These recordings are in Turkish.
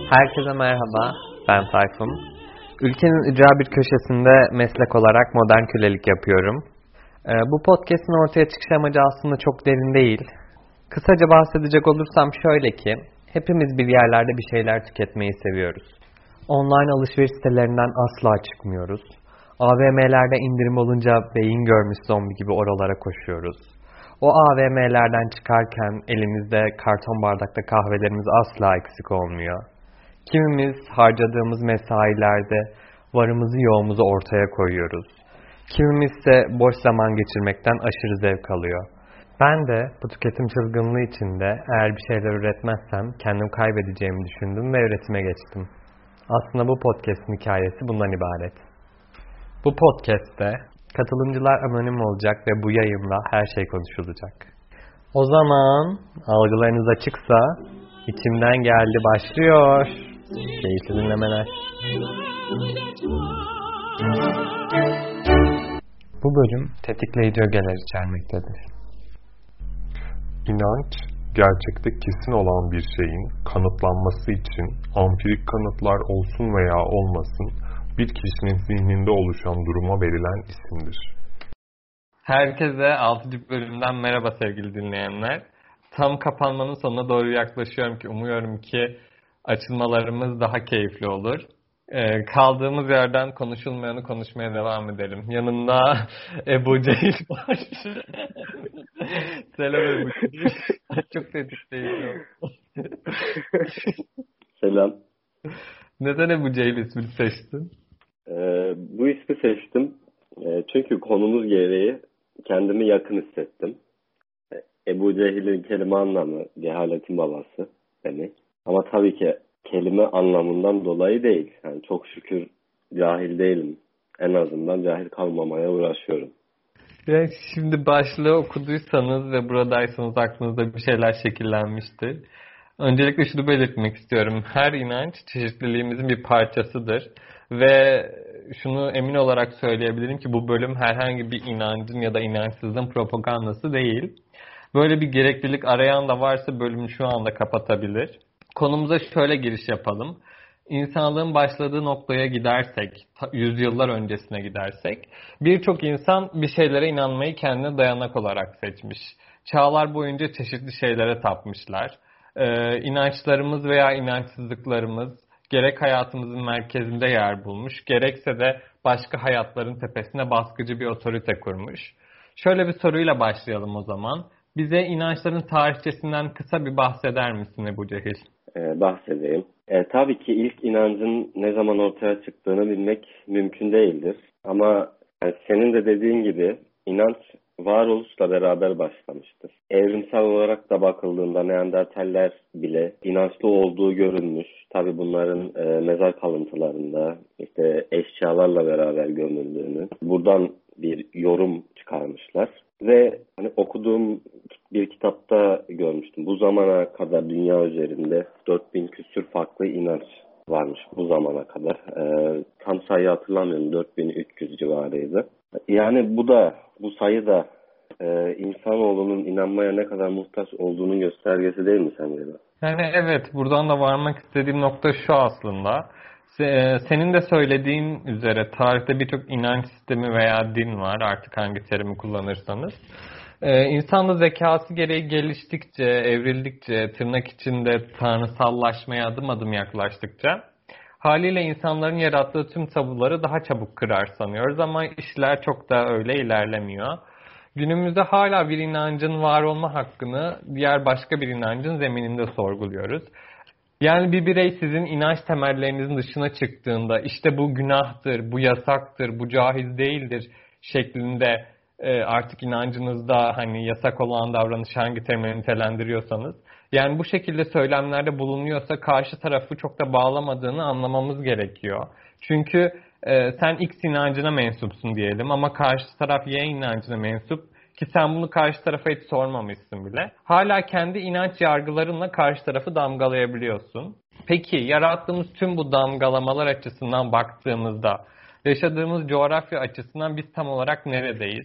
Herkese merhaba, ben Tayfun. Ülkenin ücra bir köşesinde meslek olarak modern kölelik yapıyorum. Bu podcast'in ortaya çıkış amacı aslında çok derin değil. Kısaca bahsedecek olursam şöyle ki, hepimiz bir yerlerde bir şeyler tüketmeyi seviyoruz. Online alışveriş sitelerinden asla çıkmıyoruz. AVM'lerde indirim olunca beyin görmüş zombi gibi oralara koşuyoruz. O AVM'lerden çıkarken elimizde karton bardakta kahvelerimiz asla eksik olmuyor. Kimimiz harcadığımız mesailerde varımızı yoğumuzu ortaya koyuyoruz. Kimimiz ise boş zaman geçirmekten aşırı zevk alıyor. Ben de bu tüketim çılgınlığı içinde eğer bir şeyler üretmezsem kendimi kaybedeceğimi düşündüm ve üretime geçtim. Aslında bu podcast'in hikayesi bundan ibaret. Bu podcast'te katılımcılar anonim olacak ve bu yayında her şey konuşulacak. O zaman algılarınız açıksa içimden geldi başlıyor. Keyifli dinlemeler. Bu bölüm tetikleyici ögeler içermektedir. İnanç, gerçekte kesin olan bir şeyin kanıtlanması için ampirik kanıtlar olsun veya olmasın bir kişinin zihninde oluşan duruma verilen isimdir. Herkese 6. bölümden merhaba sevgili dinleyenler. Tam kapanmanın sonuna doğru yaklaşıyorum ki umuyorum ki açılmalarımız daha keyifli olur. Kaldığımız yerden konuşulmayanı konuşmaya devam edelim. Yanımda Ebu Cehil var. Selam Ebu Cehil. Çok tetikleyici. Selam. Neden Ebu Cehil ismini seçtin? Bu ismi seçtim. Çünkü konumuz gereği kendimi yakın hissettim. Ebu Cehil'in kelime anlamı cehaletin babası demek. Ama tabii ki kelime anlamından dolayı değil. Yani çok şükür cahil değilim. En azından cahil kalmamaya uğraşıyorum. Yani şimdi başlığı okuduysanız ve buradaysanız aklınızda bir şeyler şekillenmiştir. Öncelikle şunu belirtmek istiyorum. Her inanç çeşitliliğimizin bir parçasıdır. Ve şunu emin olarak söyleyebilirim ki bu bölüm herhangi bir inancın ya da inançsızlığın propagandası değil. Böyle bir gereklilik arayan da varsa bölümü şu anda kapatabilir. Konumuza şöyle giriş yapalım. İnsanlığın başladığı noktaya gidersek, yüzyıllar öncesine gidersek, birçok insan bir şeylere inanmayı kendine dayanak olarak seçmiş. Çağlar boyunca çeşitli şeylere tapmışlar. İnançlarımız veya inançsızlıklarımız gerek hayatımızın merkezinde yer bulmuş, gerekse de başka hayatların tepesine baskıcı bir otorite kurmuş. Şöyle bir soruyla başlayalım o zaman. Bize inançların tarihçesinden kısa bir bahseder misin Ebu Cehil? Bahsedeyim. Tabii ki ilk inancın ne zaman ortaya çıktığını bilmek mümkün değildir. Ama yani senin de dediğin gibi inanç varoluşla beraber başlamıştır. Evrimsel olarak da bakıldığında Neandertaller bile inançlı olduğu görülmüş. Tabii bunların mezar kalıntılarında işte eşyalarla beraber gömüldüğünü, buradan bir yorum çıkarmışlar. Ve hani okuduğum bir kitapta görmüştüm. Bu zamana kadar dünya üzerinde 4000 küsür farklı inanç varmış bu zamana kadar. Tam sayı hatırlamıyorum, 4300 civarıydı. Yani bu sayı da insanoğlunun inanmaya ne kadar muhtaç olduğunun göstergesi değil mi sence de? Yani evet, buradan da varmak istediğim nokta şu aslında. Senin de söylediğin üzere tarihte birçok inanç sistemi veya din var, artık hangi terimi kullanırsanız. İnsan da zekası gereği geliştikçe, evrildikçe, tırnak içinde tanrısallaşmaya adım adım yaklaştıkça haliyle insanların yarattığı tüm tabuları daha çabuk kırar sanıyoruz ama işler çok da öyle ilerlemiyor. Günümüzde hala bir inancın var olma hakkını diğer başka bir inancın zemininde sorguluyoruz. Yani bir birey sizin inanç temellerinizin dışına çıktığında işte bu günahtır, bu yasaktır, bu caiz değildir şeklinde artık inancınızda hani yasak olan davranış hangi terimle nitelendiriyorsanız yani bu şekilde söylemlerde bulunuyorsa karşı tarafı çok da bağlamadığını anlamamız gerekiyor. Çünkü sen X inancına mensupsun diyelim ama karşı taraf Y inancına mensup ki sen bunu karşı tarafa hiç sormamışsın bile. Hala kendi inanç yargılarınla karşı tarafı damgalayabiliyorsun. Peki yarattığımız tüm bu damgalamalar açısından baktığımızda yaşadığımız coğrafya açısından biz tam olarak neredeyiz?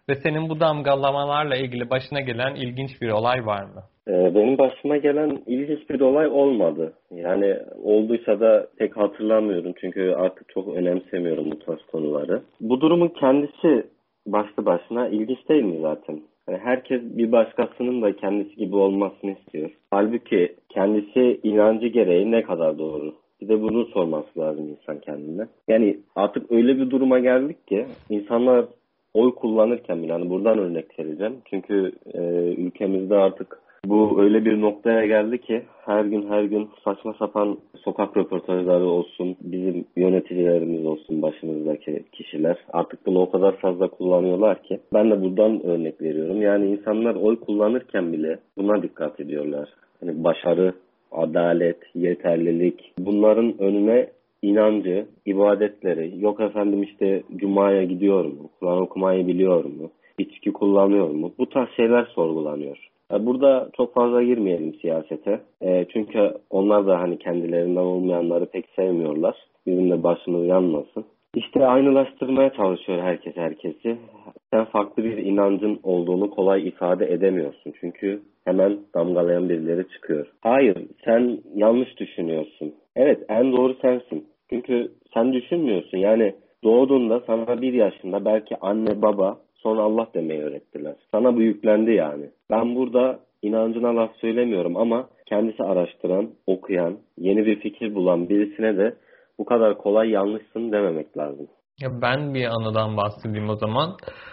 ve senin bu damgalamalarla ilgili başına gelen ilginç bir olay var mı? Benim başıma gelen ilginç bir olay olmadı. Yani olduysa da pek hatırlamıyorum çünkü artık çok önemsemiyorum bu tarz konuları. Bu durumun kendisi başlı başına ilginç değil mi zaten? Yani herkes bir başkasının da kendisi gibi olmasını istiyor. Halbuki kendisi inancı gereği ne kadar doğru? Bir de bunu sorması lazım insan kendine. Yani artık öyle bir duruma geldik ki insanlar oy kullanırken bile, hani buradan örnek vereceğim. Çünkü ülkemizde artık bu öyle bir noktaya geldi ki her gün saçma sapan sokak röportajları olsun, bizim yöneticilerimiz olsun, başımızdaki kişiler artık bunu o kadar fazla kullanıyorlar ki ben de buradan örnek veriyorum. Yani insanlar oy kullanırken bile buna dikkat ediyorlar. Hani başarı, adalet, yeterlilik, bunların önüne inancı, ibadetleri, yok efendim işte Cuma'ya gidiyor mu, Kur'an okumayı biliyor mu, içki kullanıyor mu, bu tarz şeyler sorgulanıyor. Burada çok fazla girmeyelim siyasete. Çünkü onlar da hani kendilerinden olmayanları pek sevmiyorlar. Bizim de başımız yanmasın. İşte aynılaştırmaya çalışıyor herkes herkesi. Sen farklı bir inancın olduğunu kolay ifade edemiyorsun. Çünkü hemen damgalayan birileri çıkıyor. Hayır, sen yanlış düşünüyorsun. Evet, en doğru sensin. Çünkü sen düşünmüyorsun. Yani doğduğunda sana 1 yaşında belki anne baba sonra Allah demeyi öğrettiler. Sana bu yüklendi yani. Ben burada inancına laf söylemiyorum ama kendisi araştıran, okuyan, yeni bir fikir bulan birisine de bu kadar kolay yanlışsın dememek lazım. Ya ben bir anıdan bahsedeyim o zaman.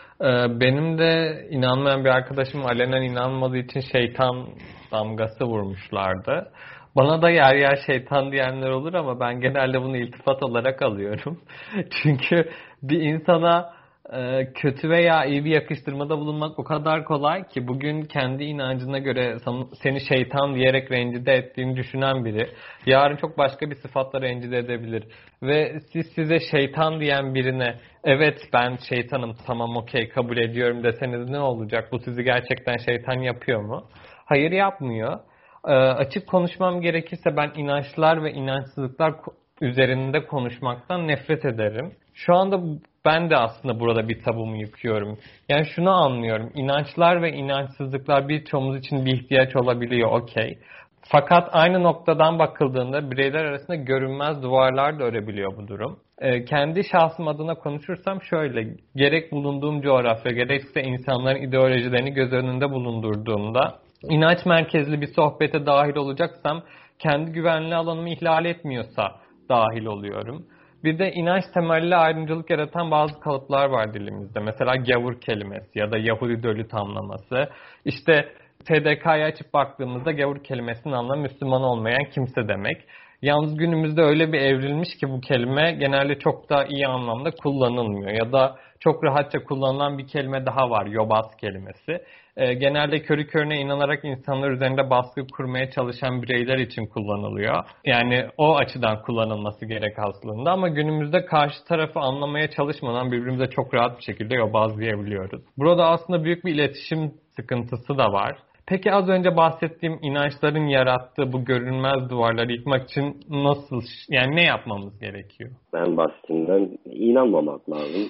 Benim de inanmayan bir arkadaşım alenen inanmadığı için şeytan damgası vurmuşlardı. Bana da yer yer şeytan diyenler olur ama ben genelde bunu iltifat olarak alıyorum. Çünkü bir insana kötü veya iyi bir yakıştırmada bulunmak o kadar kolay ki bugün kendi inancına göre seni şeytan diyerek rencide ettiğini düşünen biri yarın çok başka bir sıfatla rencide edebilir. Ve siz size şeytan diyen birine evet ben şeytanım tamam okey kabul ediyorum deseniz ne olacak? Bu sizi gerçekten şeytan yapıyor mu? Hayır yapmıyor. Açık konuşmam gerekirse ben inançlar ve inançsızlıklar üzerinde konuşmaktan nefret ederim. Şu anda ben de aslında burada bir tabumu yıkıyorum. Yani şunu anlıyorum. İnançlar ve inançsızlıklar birçoğumuz için bir ihtiyaç olabiliyor, okey. Fakat aynı noktadan bakıldığında bireyler arasında görünmez duvarlar da örebiliyor bu durum. Kendi şahsım adına konuşursam şöyle, gerek bulunduğum coğrafya, gerekse insanların ideolojilerini göz önünde bulundurduğumda, inanç merkezli bir sohbete dahil olacaksam, kendi güvenli alanımı ihlal etmiyorsa dahil oluyorum. Bir de inanç temelli ayrımcılık yaratan bazı kalıplar var dilimizde. Mesela gavur kelimesi ya da Yahudi dölü tamlaması. İşte TDK'ya açıp baktığımızda gavur kelimesinin anlamı Müslüman olmayan kimse demek. Yalnız günümüzde öyle bir evrilmiş ki bu kelime genelde çok da iyi anlamda kullanılmıyor. Ya da çok rahatça kullanılan bir kelime daha var, yobaz kelimesi. Genelde körü körüne inanarak insanlar üzerinde baskı kurmaya çalışan bireyler için kullanılıyor. Yani o açıdan kullanılması gerek aslında ama günümüzde karşı tarafı anlamaya çalışmadan birbirimize çok rahat bir şekilde yobazlayabiliyoruz. Burada aslında büyük bir iletişim sıkıntısı da var. Peki az önce bahsettiğim inançların yarattığı bu görünmez duvarları yıkmak için yani ne yapmamız gerekiyor? Ben basitinden inanmamak lazım.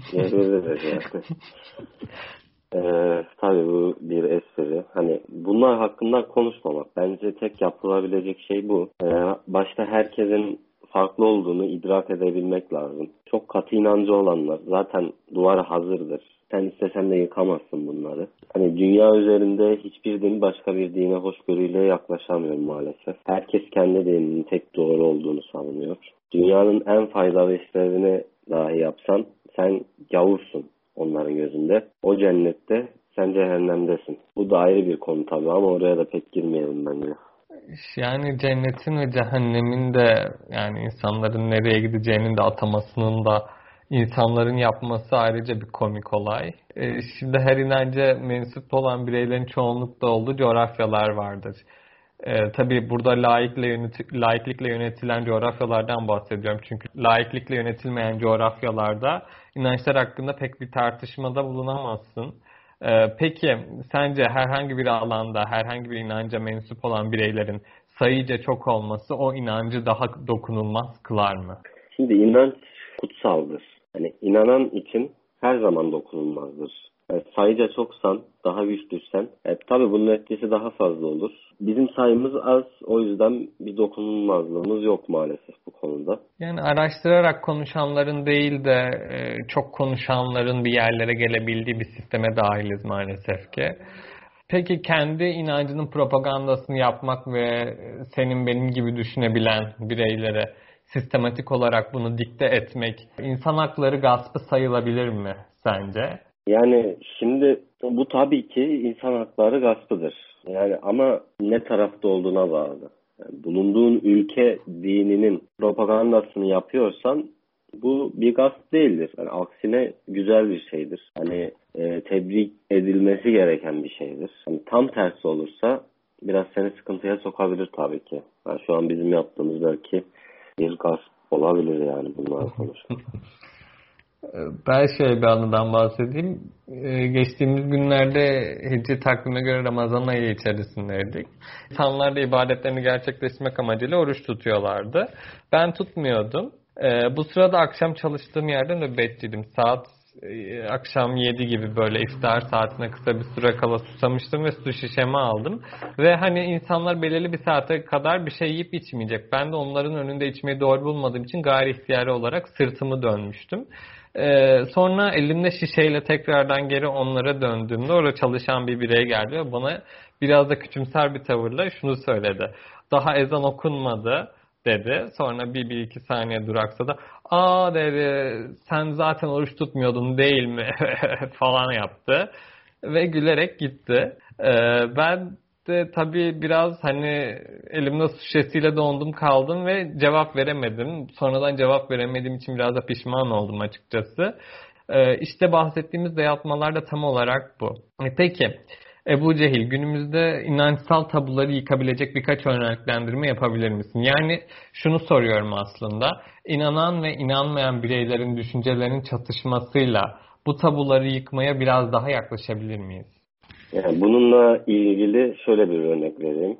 Tabii bu bir espri. Hani bunlar hakkında konuşmamak. Bence tek yapılabilecek şey bu. Başta herkesin farklı olduğunu idrak edebilmek lazım. Çok katı inancı olanlar zaten duvara hazırdır. Sen istesen de yıkamazsın bunları. Hani dünya üzerinde hiçbir din başka bir dine hoşgörüyle yaklaşamıyor maalesef. Herkes kendi dininin tek doğru olduğunu savunuyor. Dünyanın en faydalı işlerini dahi yapsan sen gavursun onların gözünde. O cennette sen cehennemdesin. Bu da ayrı bir konu tabii ama oraya da pek girmeyelim bence. Yani cennetin ve cehennemin de yani insanların nereye gideceğinin de atamasının da insanların yapması ayrıca bir komik olay. Şimdi her inanca mensup olan bireylerin çoğunlukta olduğu coğrafyalar vardır. Tabii burada laiklikle yönetilen coğrafyalardan bahsediyorum. Çünkü laiklikle yönetilmeyen coğrafyalarda inançlar hakkında pek bir tartışmada bulunamazsın. Peki sence herhangi bir alanda herhangi bir inanca mensup olan bireylerin sayıca çok olması o inancı daha dokunulmaz kılar mı? Şimdi inanç kutsaldır. Hani inanan için her zaman dokunulmazdır. Yani sayıca çoksan, daha güçlüysen, tabii bunun etkisi daha fazla olur. Bizim sayımız az, o yüzden bir dokunulmazlığımız yok maalesef bu konuda. Yani araştırarak konuşanların değil de çok konuşanların bir yerlere gelebildiği bir sisteme dahiliz maalesef ki. Peki kendi inancının propagandasını yapmak ve senin benim gibi düşünebilen bireylere sistematik olarak bunu dikte etmek insan hakları gaspı sayılabilir mi sence? Yani şimdi bu tabii ki insan hakları gaspıdır. Yani ama ne tarafta olduğuna bağlı. Yani bulunduğun ülke dininin propagandasını yapıyorsan bu bir gasp değildir. Yani aksine güzel bir şeydir. Hani tebrik edilmesi gereken bir şeydir. Yani tam tersi olursa biraz seni sıkıntıya sokabilir tabii ki. Yani şu an bizim yaptığımız belki bir gasp olabilir yani bunlar konuşmak. Ben şöyle bir anıdan bahsedeyim. Geçtiğimiz günlerde Hicri takvime göre Ramazan ayı içerisindeydik. İnsanlar da ibadetlerini gerçekleştirmek amacıyla oruç tutuyorlardı. Ben tutmuyordum. Bu sırada akşam çalıştığım yerde nöbetçiydim. Saat akşam 7 gibi böyle iftar saatine kısa bir süre kala susamıştım ve su şişemi aldım. Ve hani insanlar belirli bir saate kadar bir şey yiyip içmeyecek. Ben de onların önünde içmeyi doğru bulmadığım için gayri ihtiyari olarak sırtımı dönmüştüm. Sonra elimde şişeyle tekrardan geri onlara döndüğümde orada çalışan bir birey geldi ve bana biraz da küçümser bir tavırla şunu söyledi. Daha ezan okunmadı dedi. Sonra bir iki saniye duraksadı. Aa dedi sen zaten oruç tutmuyordun değil mi falan yaptı. Ve gülerek gitti. Ben de tabii biraz hani elimde su şişesiyle dondum kaldım ve cevap veremedim. Sonradan cevap veremediğim için biraz da pişman oldum açıkçası. İşte bahsettiğimiz dayatmalar da tam olarak bu. Peki Ebu Cehil günümüzde inançsal tabuları yıkabilecek birkaç örneklendirme yapabilir misin? Yani şunu soruyorum aslında. İnanan ve inanmayan bireylerin düşüncelerinin çatışmasıyla bu tabuları yıkmaya biraz daha yaklaşabilir miyiz? Yani bununla ilgili şöyle bir örnek vereyim.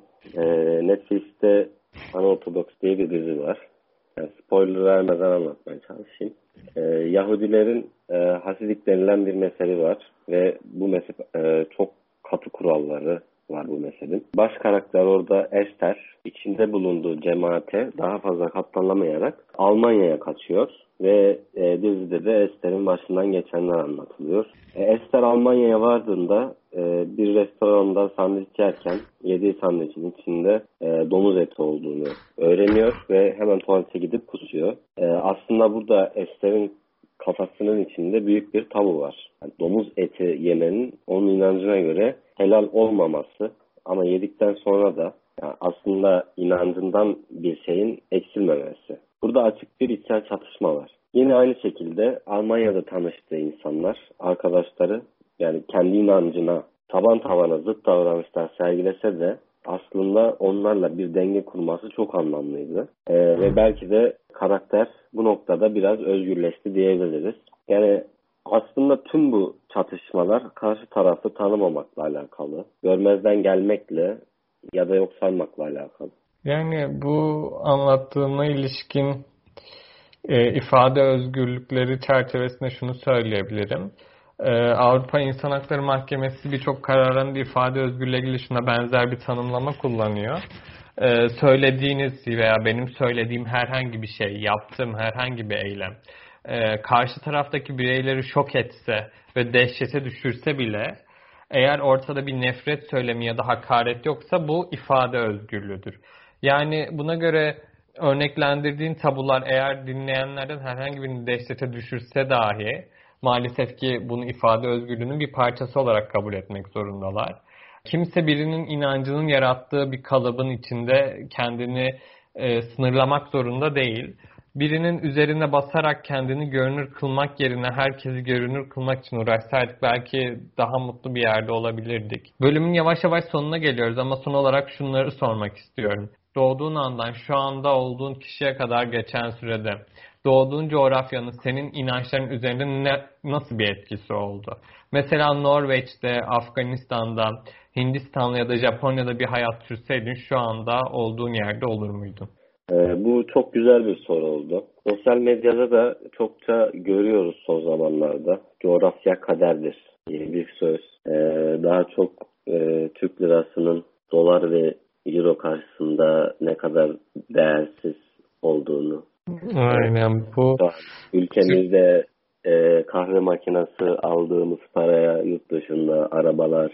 Netflix'te Unorthodox diye bir dizi var. Yani spoiler vermeden anlatmaya çalışayım. Yahudilerin Hasidik denilen bir mezhebi var ve bu mezhep çok katı kuralları var bu mezhebin. Baş karakter orada Esther içinde bulunduğu cemaate daha fazla katlanamayarak Almanya'ya kaçıyor ve dizide de Esther'in başından geçenler anlatılıyor. Esther Almanya'ya vardığında bir restoranda sandviç yerken yediği sandviçin içinde domuz eti olduğunu öğreniyor ve hemen tuvalete gidip kusuyor. Aslında burada Esther'in kafasının içinde büyük bir tabu var. Yani domuz eti yemenin onun inancına göre helal olmaması ama yedikten sonra da yani aslında inancından bir şeyin eksilmemesi. Burada açık bir içsel çatışma var. Yine aynı şekilde Almanya'da tanıştığı insanlar, arkadaşları yani kendi inancına taban tabana zıt davranışlar sergilese de aslında onlarla bir denge kurması çok anlamlıydı. Ve belki de karakter bu noktada biraz özgürleşti diyebiliriz. Yani aslında tüm bu çatışmalar karşı tarafı tanımamakla alakalı, görmezden gelmekle ya da yok saymakla alakalı. Yani bu anlattığına ilişkin ifade özgürlükleri çerçevesinde şunu söyleyebilirim. Avrupa İnsan Hakları Mahkemesi birçok kararında ifade özgürlüğüyle ilgili şuna benzer bir tanımlama kullanıyor. Söylediğiniz veya benim söylediğim herhangi bir şey, yaptığım herhangi bir eylem karşı taraftaki bireyleri şok etse ve dehşete düşürse bile eğer ortada bir nefret söylemi ya da hakaret yoksa bu ifade özgürlüğüdür. Yani buna göre örneklendirdiğin tabular eğer dinleyenlerden herhangi birini dehşete düşürse dahi maalesef ki bunu ifade özgürlüğünün bir parçası olarak kabul etmek zorundalar. Kimse birinin inancının yarattığı bir kalıbın içinde kendini sınırlamak zorunda değil. Birinin üzerine basarak kendini görünür kılmak yerine herkesi görünür kılmak için uğraşsaydık belki daha mutlu bir yerde olabilirdik. Bölümün yavaş yavaş sonuna geliyoruz ama son olarak şunları sormak istiyorum. Doğduğun andan şu anda olduğun kişiye kadar geçen sürede doğduğun coğrafyanın senin inançların üzerinde nasıl bir etkisi oldu? Mesela Norveç'te, Afganistan'da, Hindistan'da ya da Japonya'da bir hayat sürseydin şu anda olduğun yerde olur muydun? Bu çok güzel bir soru oldu. Sosyal medyada da çokça görüyoruz son zamanlarda. Coğrafya kaderdir diye bir söz. Daha çok Türk lirasının dolar ve euro karşısında ne kadar değersiz olduğunu. Aynen bu. Şu an ülkemizde kahve makinesi aldığımız paraya yurt dışında arabalar,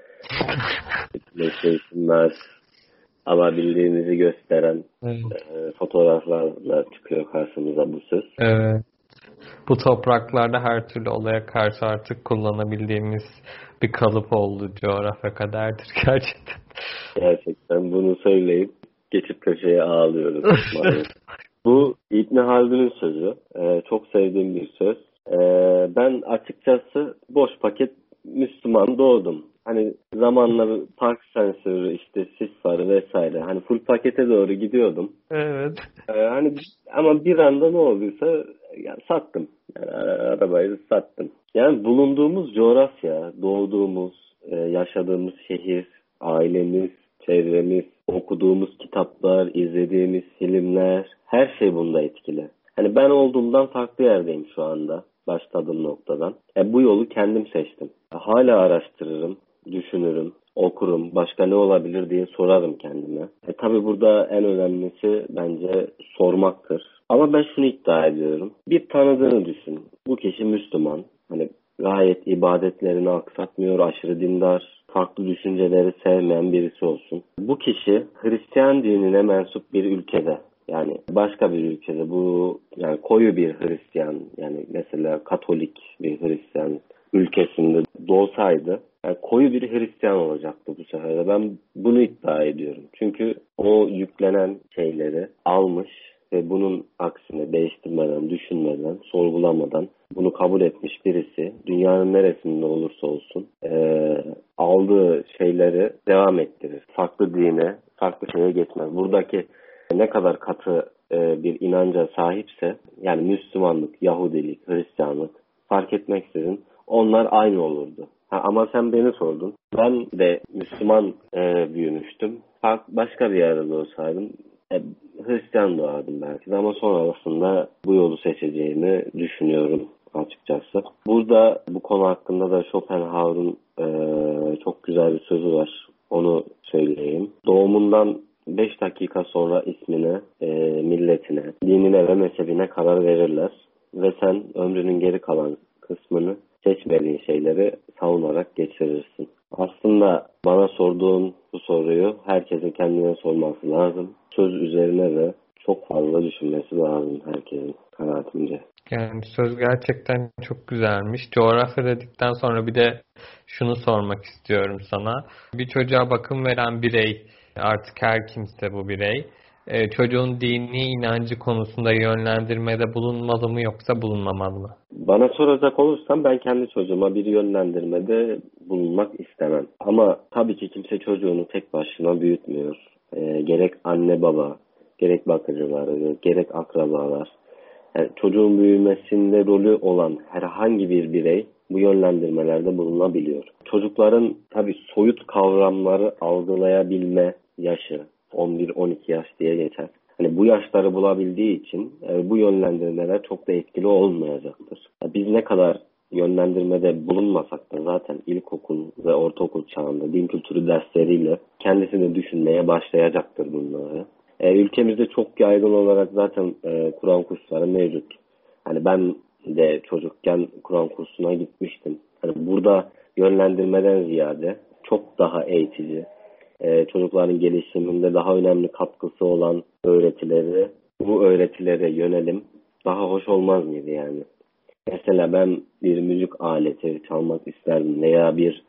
PlayStation'lar alabildiğimizi gösteren fotoğraflarla çıkıyor karşımıza bu söz. Evet. Bu topraklarda her türlü olaya karşı artık kullanabildiğimiz bir kalıp oldu. Coğrafya kaderdir gerçekten. Gerçekten bunu söyleyip geçip köşeye ağlıyoruz. Bu İbn Haldun'un sözü. Çok sevdiğim bir söz. Ben açıkçası boş paket Müslüman doğdum. Hani zamanla park sensörü, işte sis farı vesaire. Hani full pakete doğru gidiyordum. Evet. Hani ama bir anda ne olduysa yani sattım. Yani arabayı sattım. Yani bulunduğumuz coğrafya, doğduğumuz, yaşadığımız şehir, ailemiz, çevremiz, okuduğumuz kitaplar, izlediğimiz filmler, her şey bunda etkili. Hani ben olduğumdan farklı yerdeyim şu anda. Başladığım noktadan. Bu yolu kendim seçtim. Hala araştırırım, düşünürüm, okurum, başka ne olabilir diye sorarım kendime. Tabii burada en önemlisi bence sormaktır. Ama ben şunu iddia ediyorum. Bir tanıdığını düşün. Bu kişi Müslüman. Hani gayet ibadetlerini aksatmıyor, aşırı dindar, farklı düşünceleri sevmeyen birisi olsun. Bu kişi Hristiyan dinine mensup bir ülkede, yani başka bir ülkede, bu yani koyu bir Hristiyan, yani mesela Katolik bir Hristiyan ülkesinde doğsaydı, yani koyu bir Hristiyan olacaktı bu sefer de. Ben bunu iddia ediyorum. Çünkü o yüklenen şeyleri almış ve bunun aksine değiştirmeden, düşünmeden, sorgulamadan bunu kabul etmiş birisi, dünyanın neresinde olursa olsun aldığı şeyleri devam ettirir. Farklı dine, farklı şeye geçmez. Buradaki ne kadar katı bir inanca sahipse, yani Müslümanlık, Yahudilik, Hristiyanlık fark etmeksizin onlar aynı olurdu. Ama sen beni sordun. Ben de Müslüman büyümüştüm. Başka bir yerde doğsaydım Hristiyan doğardım belki de, ama sonrasında bu yolu seçeceğimi düşünüyorum açıkçası. Burada bu konu hakkında da Schopenhauer'un çok güzel bir sözü var. Onu söyleyeyim. Doğumundan 5 dakika sonra ismine, milletine, dinine ve mezhebine karar verirler. Ve sen ömrünün geri kalan kısmını seçmediğin şeyleri savunarak geçirirsin. Aslında bana sorduğun bu soruyu herkesin kendine sorması lazım. Söz üzerine de çok fazla düşünmesi lazım herkesin, kanaatimce. Yani söz gerçekten çok güzelmiş. Coğrafya dedikten sonra bir de şunu sormak istiyorum sana. Bir çocuğa bakım veren birey, artık her kimse bu birey, çocuğun dini inancı konusunda yönlendirmede bulunmalı mı yoksa bulunmamalı mı? Bana soracak olursam ben kendi çocuğuma bir yönlendirmede bulunmak istemem. Ama tabii ki kimse çocuğunu tek başına büyütmüyor. Gerek anne baba, gerek bakıcıları, gerek akrabalar. Yani çocuğun büyümesinde rolü olan herhangi bir birey bu yönlendirmelerde bulunabiliyor. Çocukların tabii soyut kavramları algılayabilme yaşı 11-12 yaş diye geçer. Hani bu yaşları bulabildiği için bu yönlendirmeler çok da etkili olmayacaktır. Biz ne kadar yönlendirmede bulunmasak da zaten ilkokul ve ortaokul çağında din kültürü dersleriyle kendisini düşünmeye başlayacaktır bunları. Ülkemizde çok yaygın olarak zaten Kur'an kursları mevcut. Hani ben de çocukken Kur'an kursuna gitmiştim. Hani burada yönlendirmeden ziyade çok daha eğitici, çocukların gelişiminde daha önemli katkısı olan öğretileri, bu öğretilere yönelim daha hoş olmaz mıydı yani? Mesela ben bir müzik aleti çalmak isterdim veya bir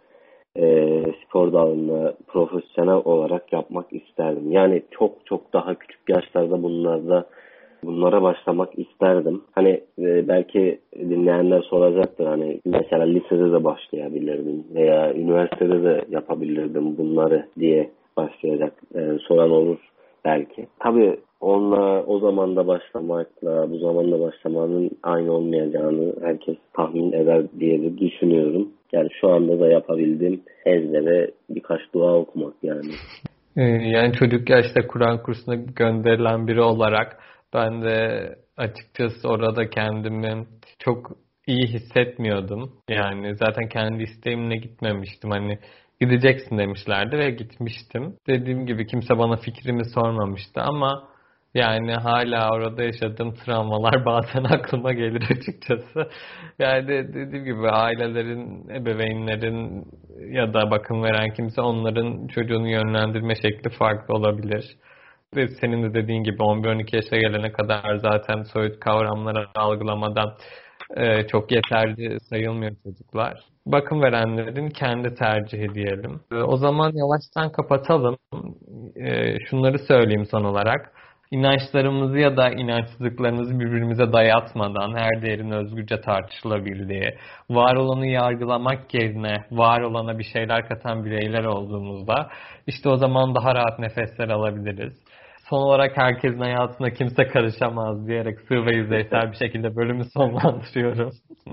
spor dalını profesyonel olarak yapmak isterdim. Yani çok çok daha küçük yaşlarda bunlara başlamak isterdim. Hani belki dinleyenler soracaktır, hani mesela lisede de başlayabilirdim veya üniversitede de yapabilirdim bunları diye başlayacak soran olur belki. Tabii o zamanda başlamakla bu zamanda başlamanın aynı olmayacağını herkes tahmin eder diye de düşünüyorum. Yani şu anda da yapabildiğim ezbere birkaç dua okumak yani. Yani çocuk yaşta Kur'an kursuna gönderilen biri olarak ben de açıkçası orada kendimi çok iyi hissetmiyordum. Yani zaten kendi isteğimle gitmemiştim. Hani gideceksin demişlerdi ve gitmiştim. Dediğim gibi kimse bana fikrimi sormamıştı ama yani hala orada yaşadığım travmalar bazen aklıma gelir açıkçası. Yani dediğim gibi ailelerin, ebeveynlerin ya da bakım veren kimse onların çocuğunu yönlendirme şekli farklı olabilir. Ve senin de dediğin gibi 11-12 yaşa gelene kadar zaten soyut kavramları algılamadan çok yeterli sayılmıyor çocuklar. Bakım verenlerin kendi tercihi diyelim. O zaman yavaştan kapatalım. Şunları söyleyeyim son olarak. İnançlarımızı ya da inançsızlıklarımızı birbirimize dayatmadan her değerin özgürce tartışılabildiği, var olanı yargılamak yerine var olana bir şeyler katan bireyler olduğumuzda işte o zaman daha rahat nefesler alabiliriz. Son olarak herkesin hayatına kimse karışamaz diyerek sığ ve yüzeysel bir şekilde bölümü sonlandırıyorum.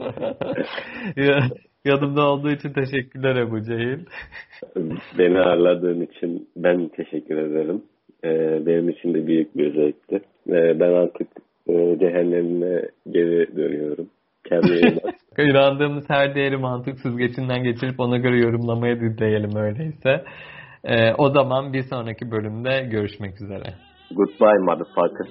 Yanımda olduğu için teşekkürler Ebu Cehil. Beni ağırladığın için ben teşekkür ederim. Benim için de büyük bir zevkti. Ben artık cehennemime geri dönüyorum. Kendime iyi bak. İnandığımız her değeri mantık süzgecinden geçirip ona göre yorumlamaya dileyelim öyleyse. O zaman bir sonraki bölümde görüşmek üzere. Goodbye motherfucker.